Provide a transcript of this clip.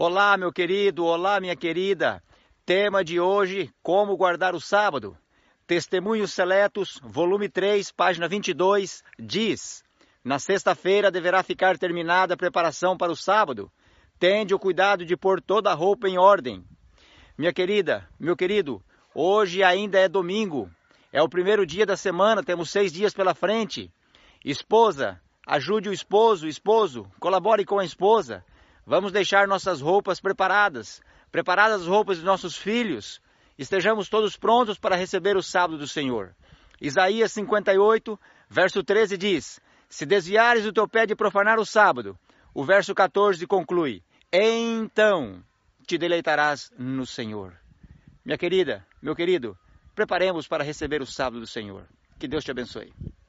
Olá, meu querido, olá, minha querida. Tema de hoje, como guardar o sábado. Testemunhos Seletos, volume 3, página 22, diz: na sexta-feira deverá ficar terminada a preparação para o sábado. Tende o cuidado de pôr toda a roupa em ordem. Minha querida, meu querido, hoje ainda é domingo. É o primeiro dia da semana, temos 6 dias pela frente. Esposa, ajude o esposo, colabore com a esposa. Vamos deixar nossas roupas preparadas as roupas dos nossos filhos. Estejamos todos prontos para receber o sábado do Senhor. Isaías 58, verso 13 diz: se desviares o teu pé de profanar o sábado. O verso 14 conclui: então te deleitarás no Senhor. Minha querida, meu querido, preparemos para receber o sábado do Senhor. Que Deus te abençoe.